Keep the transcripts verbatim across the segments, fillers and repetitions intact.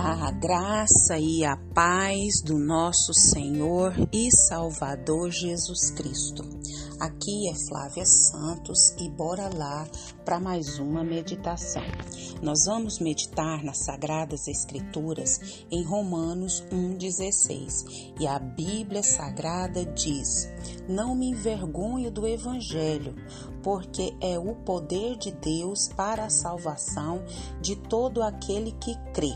A graça e a paz do nosso Senhor e Salvador Jesus Cristo. Aqui é Flávia Santos e bora lá para mais uma meditação. Nós vamos meditar nas Sagradas Escrituras em Romanos um, dezesseis. E a Bíblia Sagrada diz: não me envergonho do Evangelho, porque é o poder de Deus para a salvação de todo aquele que crê.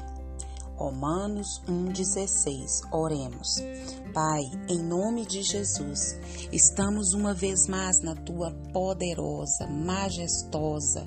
Romanos um, dezesseis. Oremos. Pai, em nome de Jesus, estamos uma vez mais na Tua poderosa, majestosa,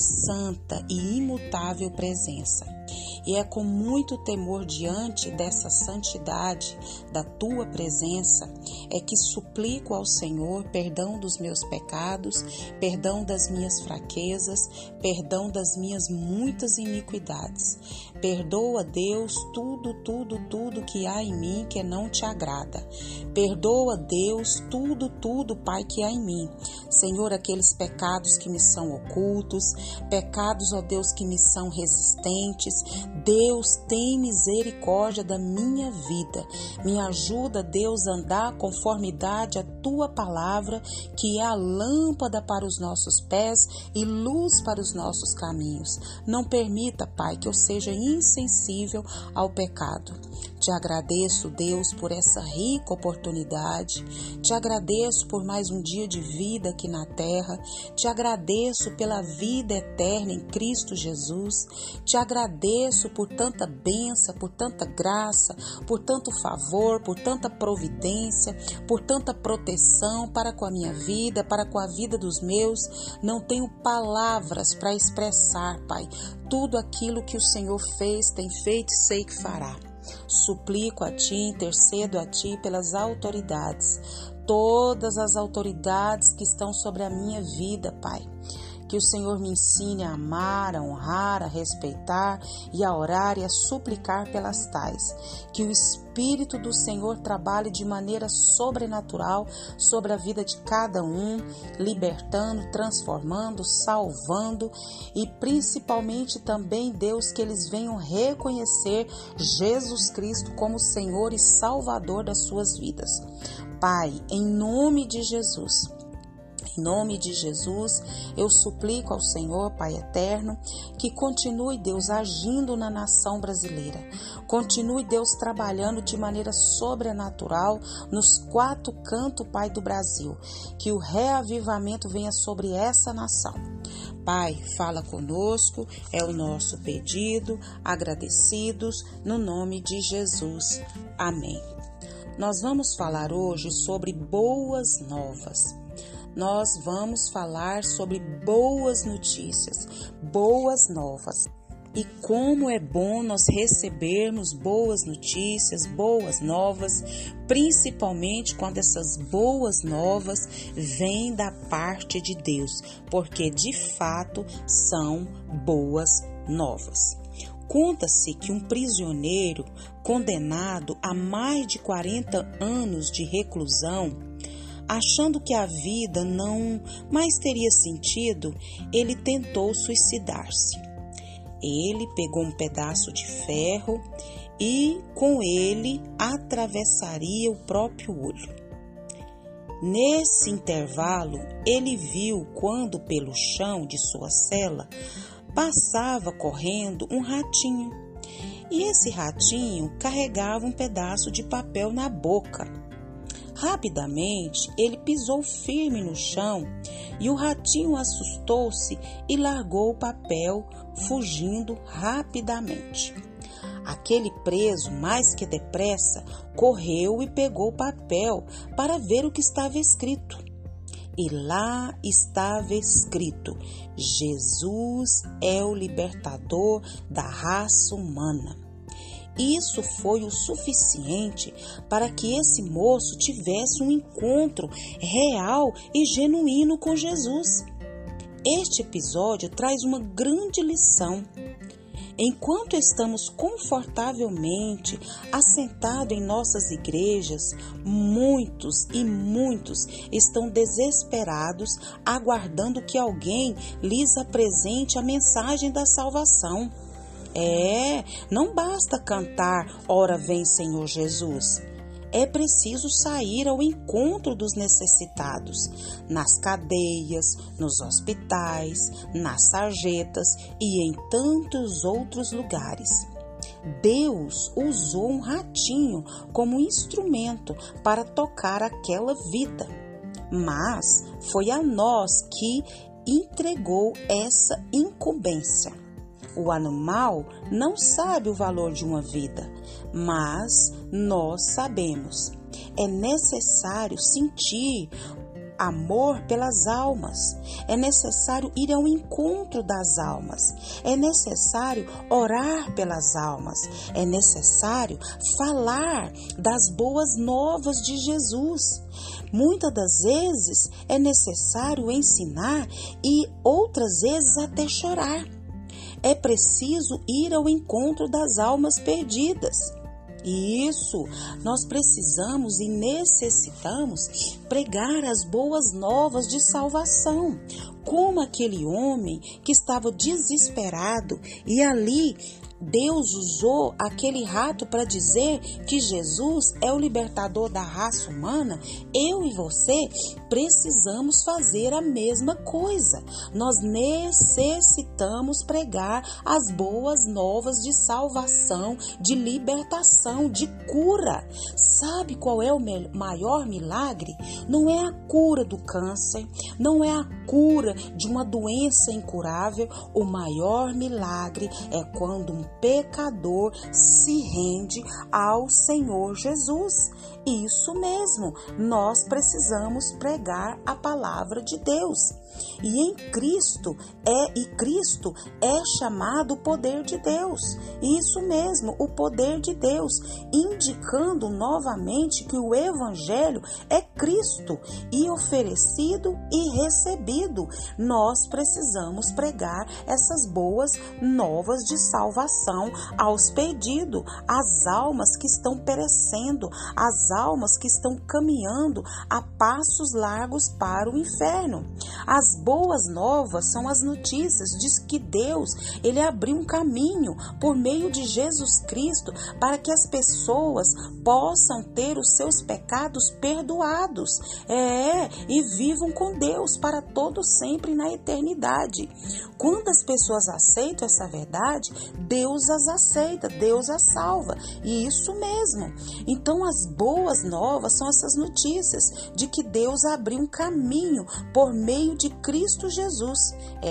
santa e imutável presença. E é com muito temor diante dessa santidade da Tua presença é que suplico ao Senhor perdão dos meus pecados, perdão das minhas fraquezas, perdão das minhas muitas iniquidades. Perdoa, Deus, tudo, tudo, tudo que há em mim que não te agrada. Perdoa, Deus, tudo, tudo, Pai, que há em mim. Senhor, aqueles pecados que me são ocultos, pecados, ó Deus, que me são resistentes. Deus, tem misericórdia da minha vida. Me ajuda, Deus, a andar conformidade à Tua palavra, que é a lâmpada para os nossos pés e luz para os nossos caminhos. Não permita, Pai, que eu seja insensível ao pecado. Te agradeço, Deus, por essa rica oportunidade. Te agradeço por mais um dia de vida aqui na terra. Te agradeço pela vida eterna em Cristo Jesus. Te agradeço por tanta bênção, por tanta graça, por tanto favor, por tanta providência, por tanta proteção para com a minha vida, para com a vida dos meus. Não tenho palavras para expressar, Pai, tudo aquilo que o Senhor fez, tem feito e sei que fará. Suplico a Ti, intercedo a Ti pelas autoridades, todas as autoridades que estão sobre a minha vida, Pai. Que o Senhor me ensine a amar, a honrar, a respeitar e a orar e a suplicar pelas tais. Que o Espírito do Senhor trabalhe de maneira sobrenatural sobre a vida de cada um, libertando, transformando, salvando e principalmente também, Deus, que eles venham reconhecer Jesus Cristo como Senhor e Salvador das suas vidas. Pai, em nome de Jesus, Em nome de Jesus, eu suplico ao Senhor, Pai eterno, que continue, Deus, agindo na nação brasileira. Continue, Deus, trabalhando de maneira sobrenatural nos quatro cantos, Pai, do Brasil. Que o reavivamento venha sobre essa nação. Pai, fala conosco, é o nosso pedido, agradecidos, no nome de Jesus. Amém. Nós vamos falar hoje sobre boas novas. Nós vamos falar sobre boas notícias, boas novas. E como é bom nós recebermos boas notícias, boas novas, principalmente quando essas boas novas vêm da parte de Deus, porque de fato são boas novas. Conta-se que um prisioneiro condenado a mais de quarenta anos de reclusão, achando que a vida não mais teria sentido, ele tentou suicidar-se. Ele pegou um pedaço de ferro e, com ele, atravessaria o próprio olho. Nesse intervalo, ele viu quando, pelo chão de sua cela, passava correndo um ratinho. E esse ratinho carregava um pedaço de papel na boca. Rapidamente, ele pisou firme no chão e o ratinho assustou-se e largou o papel, fugindo rapidamente. Aquele preso, mais que depressa, correu e pegou o papel para ver o que estava escrito. E lá estava escrito: Jesus é o libertador da raça humana. Isso foi o suficiente para que esse moço tivesse um encontro real e genuíno com Jesus. Este episódio traz uma grande lição. Enquanto estamos confortavelmente assentados em nossas igrejas, muitos e muitos estão desesperados, aguardando que alguém lhes apresente a mensagem da salvação. É, não basta cantar, ora vem Senhor Jesus. É preciso sair ao encontro dos necessitados, nas cadeias, nos hospitais, nas sarjetas e em tantos outros lugares. Deus usou um ratinho como instrumento para tocar aquela vida, mas foi a nós que entregou essa incumbência. O animal não sabe o valor de uma vida, mas nós sabemos. É necessário sentir amor pelas almas, é necessário ir ao encontro das almas, é necessário orar pelas almas, é necessário falar das boas novas de Jesus. Muitas das vezes é necessário ensinar e outras vezes até chorar. É preciso ir ao encontro das almas perdidas. Isso, nós precisamos e necessitamos pregar as boas novas de salvação, como aquele homem que estava desesperado e ali Deus usou aquele rato para dizer que Jesus é o libertador da raça humana. Eu e você precisamos fazer a mesma coisa. Nós necessitamos pregar as boas novas de salvação, de libertação, de cura. Sabe qual é o maior milagre? Não é a cura do câncer, não é a cura de uma doença incurável. O maior milagre é quando um pecador se rende ao Senhor Jesus. Isso mesmo, nós precisamos pregar a palavra de Deus. E em Cristo é e Cristo é chamado o poder de Deus. Isso mesmo, o poder de Deus, indicando novamente que o evangelho é Cristo e oferecido e recebido. Nós precisamos pregar essas boas novas de salvação aos perdidos, às almas que estão perecendo, às almas que estão caminhando a passos largos para o inferno. As boas novas são as notícias de que Deus, ele abriu um caminho por meio de Jesus Cristo para que as pessoas possam ter os seus pecados perdoados, é, e vivam com Deus para todo sempre na eternidade. Quando as pessoas aceitam essa verdade, Deus as aceita, Deus as salva, e isso mesmo. Então as boas novas são essas notícias de que Deus abriu um caminho por meio de Cristo Jesus.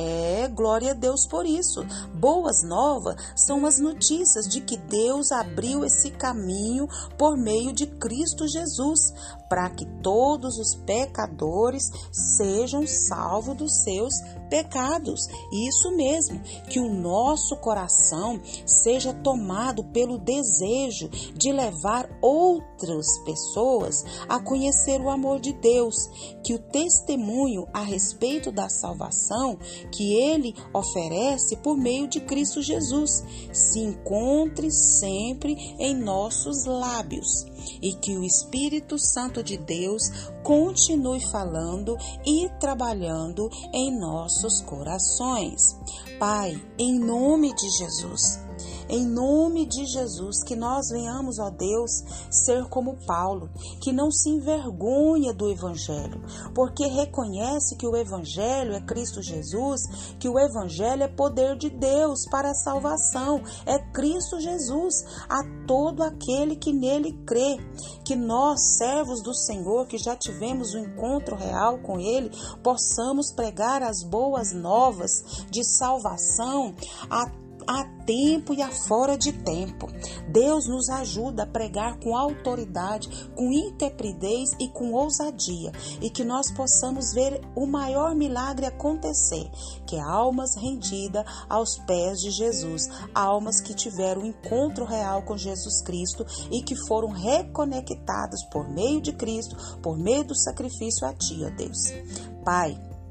É, glória a Deus por isso. Boas novas são as notícias de que Deus abriu esse caminho por meio de Cristo Jesus, para que todos os pecadores sejam salvos dos seus pecados. Isso mesmo, que o nosso coração seja tomado pelo desejo de levar outras pessoas a conhecer o amor de Deus, que o testemunho a respeito da salvação que Ele oferece por meio de Cristo Jesus se encontre sempre em nossos lábios, e que o Espírito Santo de Deus continue falando e trabalhando em nossos corações. Pai, em nome de Jesus, em nome de Jesus, que nós venhamos, ó Deus, ser como Paulo, que não se envergonha do Evangelho, porque reconhece que o Evangelho é Cristo Jesus, que o Evangelho é poder de Deus para a salvação, é Cristo Jesus, a todo aquele que nele crê. Que nós, servos do Senhor, que já tivemos um encontro real com Ele, possamos pregar as boas novas de salvação a a tempo e a fora de tempo. Deus nos ajuda a pregar com autoridade, com intrepidez e com ousadia, e que nós possamos ver o maior milagre acontecer, que é almas rendidas aos pés de Jesus, almas que tiveram um encontro real com Jesus Cristo e que foram reconectadas por meio de Cristo, por meio do sacrifício a Ti, ó Deus. Pai,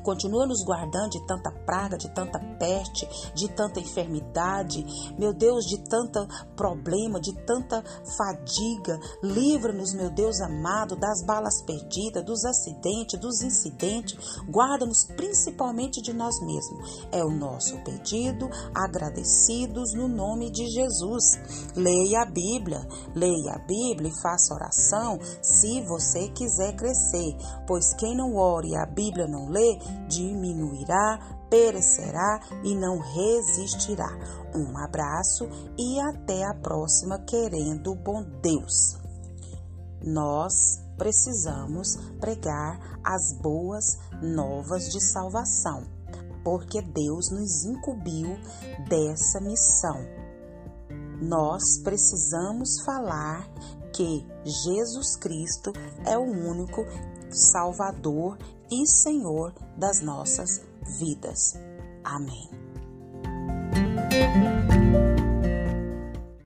Continua nos guardando de tanta praga, de tanta peste, de tanta enfermidade, meu Deus, de tanto problema, de tanta fadiga. Livra-nos, meu Deus amado, das balas perdidas, dos acidentes, dos incidentes. Guarda-nos principalmente de nós mesmos. É o nosso pedido, agradecidos no nome de Jesus. Leia a Bíblia, leia a Bíblia e faça oração se você quiser crescer, pois quem não ore e a Bíblia não lê, diminuirá, perecerá e não resistirá. Um abraço e até a próxima, querendo o bom Deus. Nós precisamos pregar as boas novas de salvação, porque Deus nos incumbiu dessa missão. Nós precisamos falar que Jesus Cristo é o único Salvador e Senhor das nossas vidas. Amém.